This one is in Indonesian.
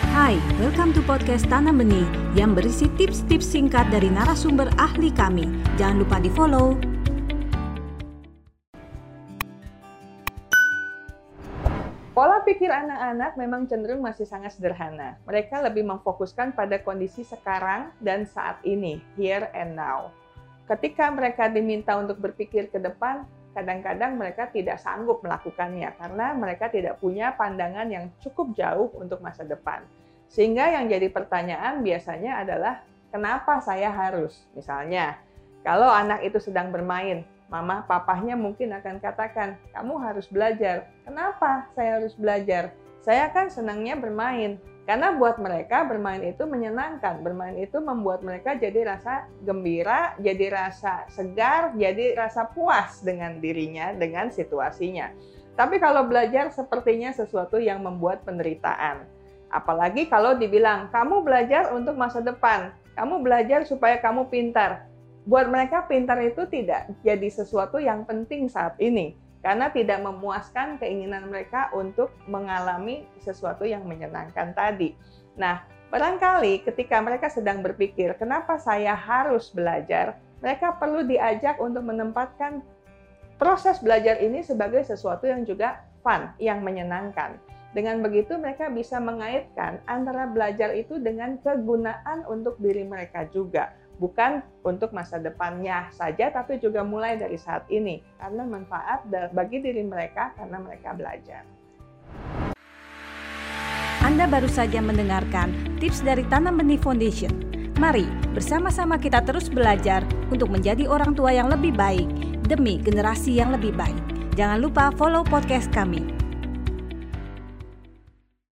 Hai, welcome to podcast Tanam Benih yang berisi tips-tips singkat dari narasumber ahli kami. Jangan lupa di-follow. Pola pikir anak-anak memang cenderung masih sangat sederhana. Mereka lebih memfokuskan pada kondisi sekarang dan saat ini, here and now. Ketika mereka diminta untuk berpikir ke depan, kadang-kadang mereka tidak sanggup melakukannya karena mereka tidak punya pandangan yang cukup jauh untuk masa depan. Sehingga yang jadi pertanyaan biasanya adalah, kenapa saya harus? Misalnya, kalau anak itu sedang bermain, mama papahnya mungkin akan katakan, kamu harus belajar. Kenapa saya harus belajar? Saya kan senangnya bermain. Karena buat mereka bermain itu menyenangkan. Bermain itu membuat mereka jadi rasa gembira, jadi rasa segar, jadi rasa puas dengan dirinya, dengan situasinya. Tapi kalau belajar sepertinya sesuatu yang membuat penderitaan. Apalagi kalau dibilang, kamu belajar untuk masa depan. Kamu belajar supaya kamu pintar. Buat mereka pintar itu tidak jadi sesuatu yang penting saat ini. Karena tidak memuaskan keinginan mereka untuk mengalami sesuatu yang menyenangkan tadi. Nah, barangkali ketika mereka sedang berpikir, kenapa saya harus belajar? Mereka perlu diajak untuk menempatkan proses belajar ini sebagai sesuatu yang juga fun, yang menyenangkan. Dengan begitu mereka bisa mengaitkan antara belajar itu dengan kegunaan untuk diri mereka juga. Bukan untuk masa depannya saja, tapi juga mulai dari saat ini. Karena manfaat bagi diri mereka karena mereka belajar. Anda baru saja mendengarkan tips dari Tanam Benih Foundation. Mari bersama-sama kita terus belajar untuk menjadi orang tua yang lebih baik demi generasi yang lebih baik. Jangan lupa follow podcast kami.